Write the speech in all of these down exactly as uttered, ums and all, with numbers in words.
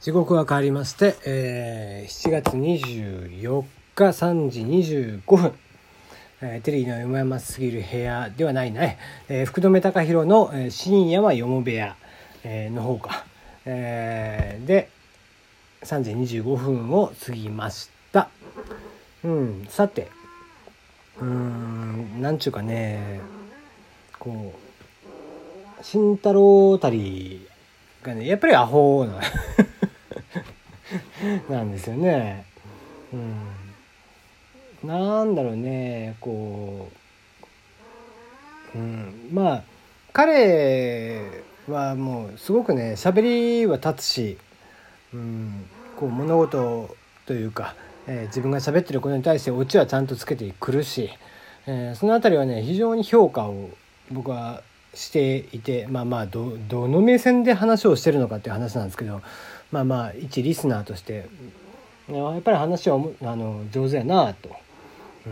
時刻は変わりまして、えー、しちがつにじゅうよっかさんじにじゅうごふん、えー、テリーのよもやますぎる部屋ではないね、えー、福留孝弘の、えー、深夜はよも部屋、えー、の方か、えー、でさんじにじゅうごふんを過ぎました。うん、さて、うーん、なんちゅうかね、こう慎太郎たりがね、やっぱりアホななんですよね。うん、なんだろうね、こう、うん、まあ彼はもうすごくね、喋りは立つし、うん、こう物事というか、えー、自分が喋ってることに対してオチはちゃんとつけてくるし、えー、そのあたりはね、非常に評価を僕はしていて、まあまあ ど, どの目線で話をしてるのかっていう話なんですけど、まあまあ一リスナーとしてやっぱり話はあの上手やなと、うん、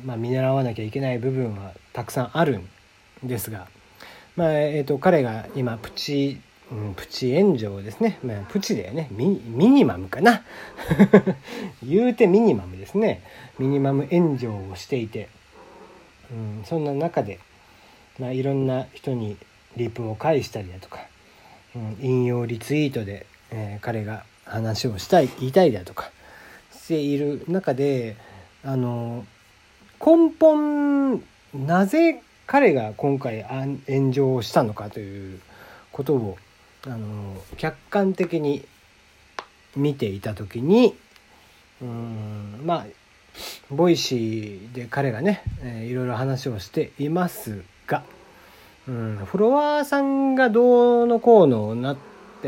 まあ、見習わなきゃいけない部分はたくさんあるんですが、まあえー、と彼が今プチ、うん、プチ炎上ですね、まあ、プチだよね、ミ、ミニマムかな言うてミニマムですね、ミニマム炎上をしていて、うん、そんな中で、まあ、いろんな人にリプを返したりだとか、うん、引用リツイートで、えー、彼が話をしたい言いたいだとかしている中で、あの根本なぜ彼が今回炎上したのかということをあの客観的に見ていたときに、うーんまあボイシーで彼がね、えー、いろいろ話をしていますが、うん、フォロワーさんがどうのこうのなって、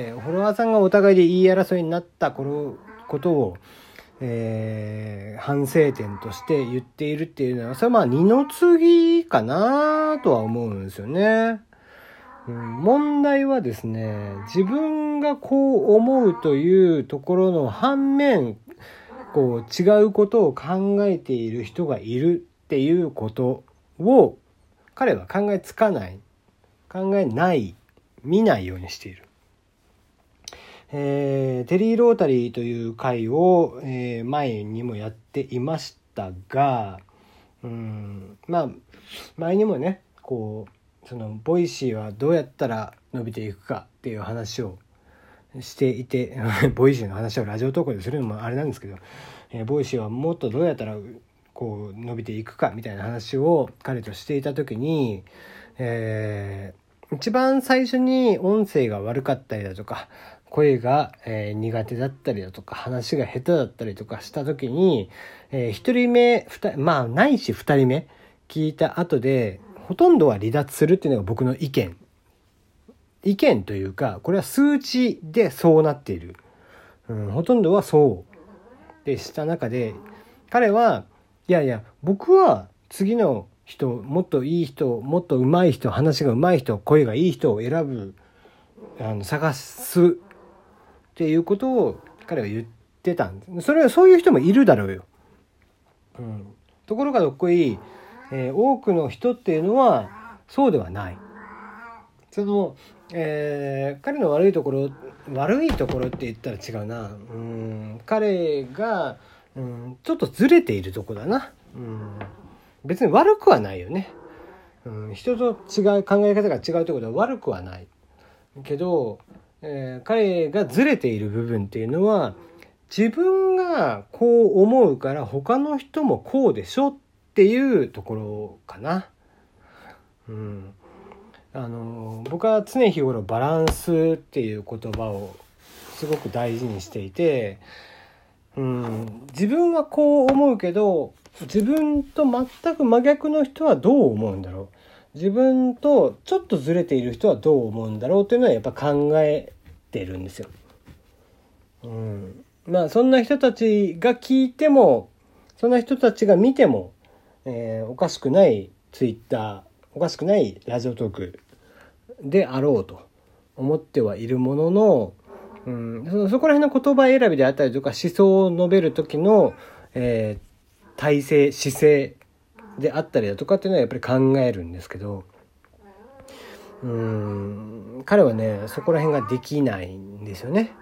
フォロワーさんがお互いで言い争いになったことを、えー、反省点として言っているっていうのは、それはまあ二の次かなとは思うんですよね。うん、問題はですね、自分がこう思うというところの反面、こう違うことを考えている人がいるっていうことを彼は考えつかない、考えない、見ないようにしている。えー、テリー・ロータリーという会を、えー、前にもやっていましたが、うん、まあ前にもね、こうそのボイシーはどうやったら伸びていくかっていう話をしていてボイシーの話をラジオ投稿でするのもあれなんですけど、えー、ボイシーはもっとどうやったらこう伸びていくかみたいな話を彼としていた時に、えー、一番最初に音声が悪かったりだとか、声が、えー、苦手だったりだとか、話が下手だったりとかした時に、えー、一人目、二まあないし二人目聞いた後でほとんどは離脱するっていうのが僕の意見。意見というか、これは数値でそうなっている。うん、ほとんどはそうでした中で、彼はいやいや、僕は次の人、もっといい人、もっと上手い人、話が上手い人、声がいい人を選ぶ、あの探すっていうことを彼は言ってたんです。それはそういう人もいるだろうよ。うん、ところがどっこい、えー、多くの人っていうのはそうではない。その、えー、彼の悪いところ、悪いところって言ったら違うな。うん、彼が、うん、ちょっとずれているとこだな。うん、別に悪くはないよね。うん、人と違う考え方が違うということは悪くはないけど、えー、彼がずれている部分っていうのは、自分がこう思うから他の人もこうでしょっていうところかな。うん、あの僕は常日頃バランスっていう言葉をすごく大事にしていて、うん、自分はこう思うけど自分と全く真逆の人はどう思うんだろう、自分とちょっとずれている人はどう思うんだろうというのはやっぱ考えてるんですよ。うん、まあそんな人たちが聞いても、そんな人たちが見ても、えー、おかしくないツイッター、おかしくないラジオトークであろうと思ってはいるものの、うん、そ, そこら辺の言葉選びであったりとか思想を述べる時の、えー、体制姿勢であったりだとかっていうのはやっぱり考えるんですけど、うーん彼はねそこら辺ができないんですよね。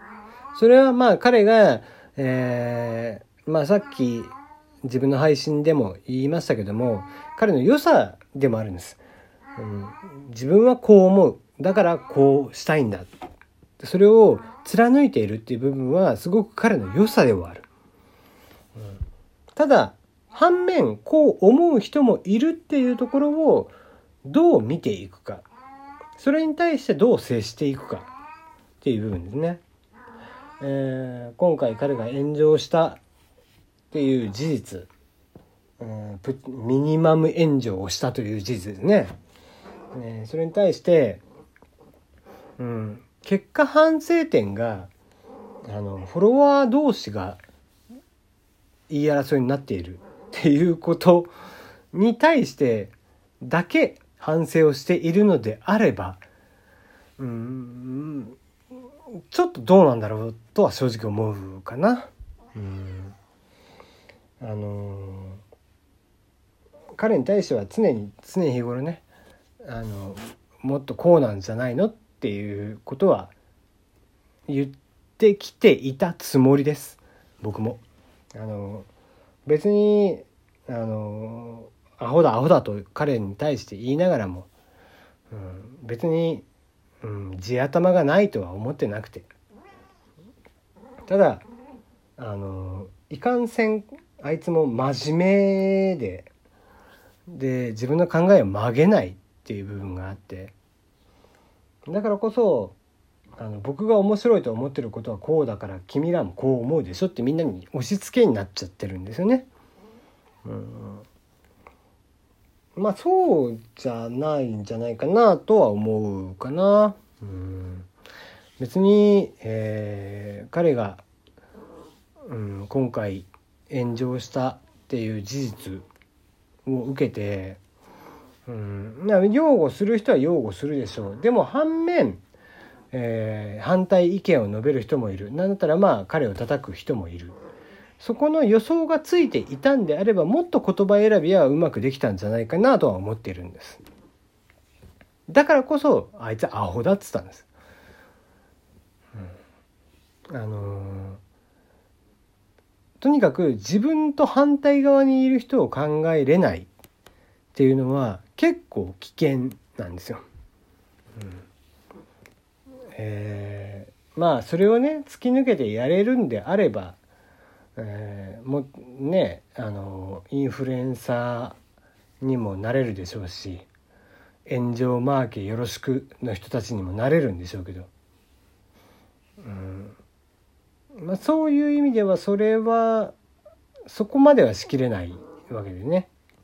それはまあ彼が、えー、まあさっき自分の配信でも言いましたけども、彼の良さでもあるんです。うん、自分はこう思う。だからこうしたいんだ。それを貫いているっていう部分はすごく彼の良さではある。うん、ただ反面こう思う人もいるっていうところをどう見ていくか、それに対してどう接していくかっていう部分ですね。えー、今回彼が炎上したっていう事実、うん、ミニマム炎上をしたという事実ですね。えー、それに対して、うん、結果反省点があのフォロワー同士が言い争いになっているっていうことに対してだけ反省をしているのであれば、うーん、ちょっとどうなんだろうとは正直思うかな。うん、あのー、彼に対しては常に常日頃ね、あのもっとこうなんじゃないのっていうことは言ってきていたつもりです。僕もあの別にあのアホだアホだと彼に対して言いながらも、うん、別に、うん、地頭がないとは思ってなくて、ただあのいかんせんあいつも真面目でで自分の考えを曲げないっていう部分があって、だからこそあの僕が面白いと思ってることはこうだから君らもこう思うでしょってみんなに押し付けになっちゃってるんですよね。うん、まあそうじゃないんじゃないかなとは思うかな。うん、別に、えー、彼が、うん、今回炎上したっていう事実を受けて、うん、擁護する人は擁護するでしょう。でも反面、えー、反対意見を述べる人もいる。なんだったらまあ彼を叩く人もいる。そこの予想がついていたんであれば、もっと言葉選びはうまくできたんじゃないかなとは思っているんです。だからこそあいつアホだっつったんです。うん、あのー、とにかく自分と反対側にいる人を考えれないっていうのは結構危険なんですよ。うん、えー、まあそれをね突き抜けてやれるんであれば、えー、もねあのインフルエンサーにもなれるでしょうし、炎上マーケよろしくの人たちにもなれるんでしょうけど、うんまあ、そういう意味ではそれはそこまではしきれないわけでね、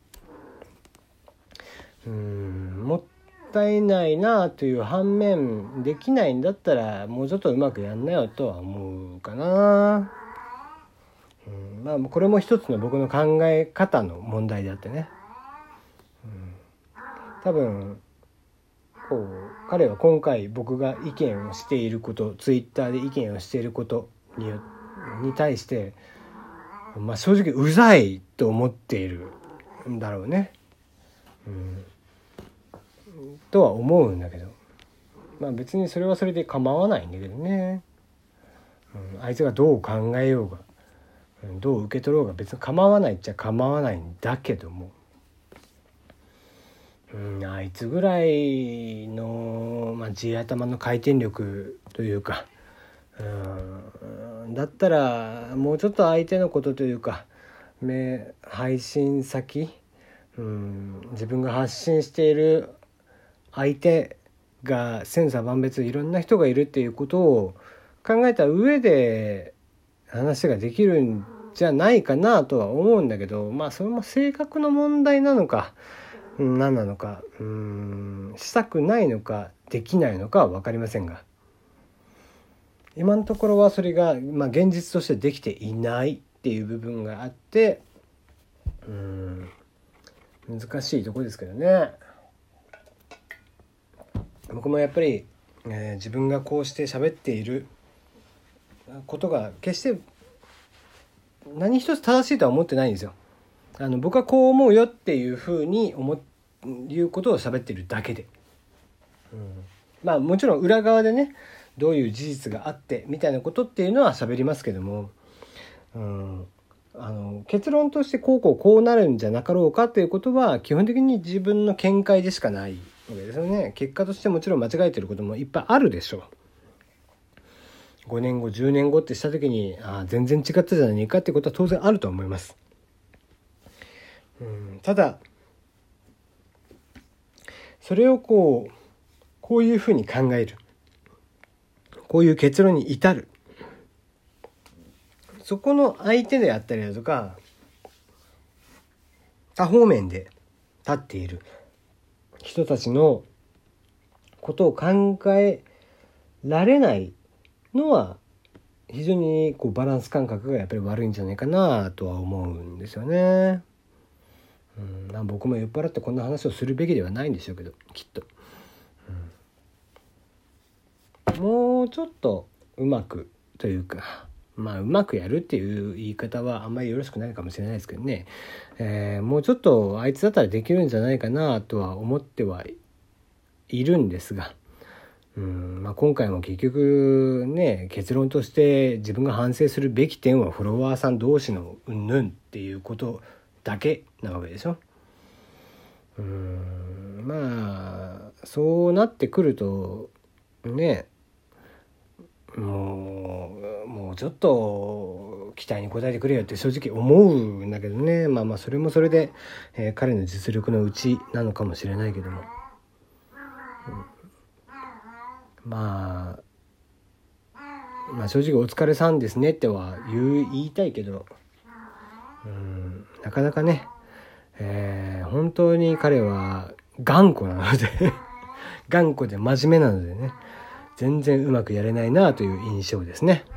うんもったいないなという反面、できないんだったらもうちょっとうまくやんなよとは思うかな。うん、まあこれも一つの僕の考え方の問題であってね、うん、多分こう彼は今回僕が意見をしていること、ツイッターで意見をしていることにに対して、まあ、正直うざいと思っているんだろうね、うん、とは思うんだけど、まあ別にそれはそれで構わないんだけどね、うん、あいつがどう考えようがどう受け取ろうが別に構わないっちゃ構わないんだけども、うん、あいつぐらいの、まあ、地頭の回転力というか、うん、だったらもうちょっと相手のことというか配信先、うん、自分が発信している相手が千差万別いろんな人がいるっていうことを考えた上で話ができるんじゃないかなとは思うんだけど、まあそれも性格の問題なのか何なのか、うーんしたくないのかできないのかは分かりませんが、今のところはそれが、まあ、現実としてできていないっていう部分があって、うーん難しいところですけどね。僕もやっぱり、えー、自分がこうして喋っていることが決して何一つ正しいとは思ってないんですよ。あの僕はこう思うよっていうふうに思うことを喋ってるだけで、うん、まあもちろん裏側でねどういう事実があってみたいなことっていうのは喋りますけども、うん、あの結論としてこうこうこうなるんじゃなかろうかということは基本的に自分の見解でしかないわけですよね。結果としてもちろん間違えてることもいっぱいあるでしょう。ごねんごじゅうねんごってした時にあ全然違ったじゃないかってことは当然あると思います。うん、ただそれをこうこういうふうに考える、こういう結論に至る、そこの相手であったりだとか多方面で立っている人たちのことを考えられないのは非常にこうバランス感覚がやっぱり悪いんじゃないかなとは思うんですよね。うん、まあ僕も酔っ払ってこんな話をするべきではないんでしょうけどきっと、うん、もうちょっとうまくというかまあうまくやるっていう言い方はあんまりよろしくないかもしれないですけどね、えー、もうちょっとあいつだったらできるんじゃないかなとは思ってはいるんですが、うんまあ、今回も結局ね結論として自分が反省するべき点はフォロワーさん同士のうんぬんっていうことだけなわけでしょ。うんまあそうなってくるとねもうもうちょっと期待に応えてくれよって正直思うんだけどね。まあまあそれもそれで、えー、彼の実力のうちなのかもしれないけども、うん、まあまあ正直お疲れさんですねっては言う言いたいけど、うんなかなかね、えー、本当に彼は頑固なので頑固で真面目なのでね全然うまくやれないなという印象ですね。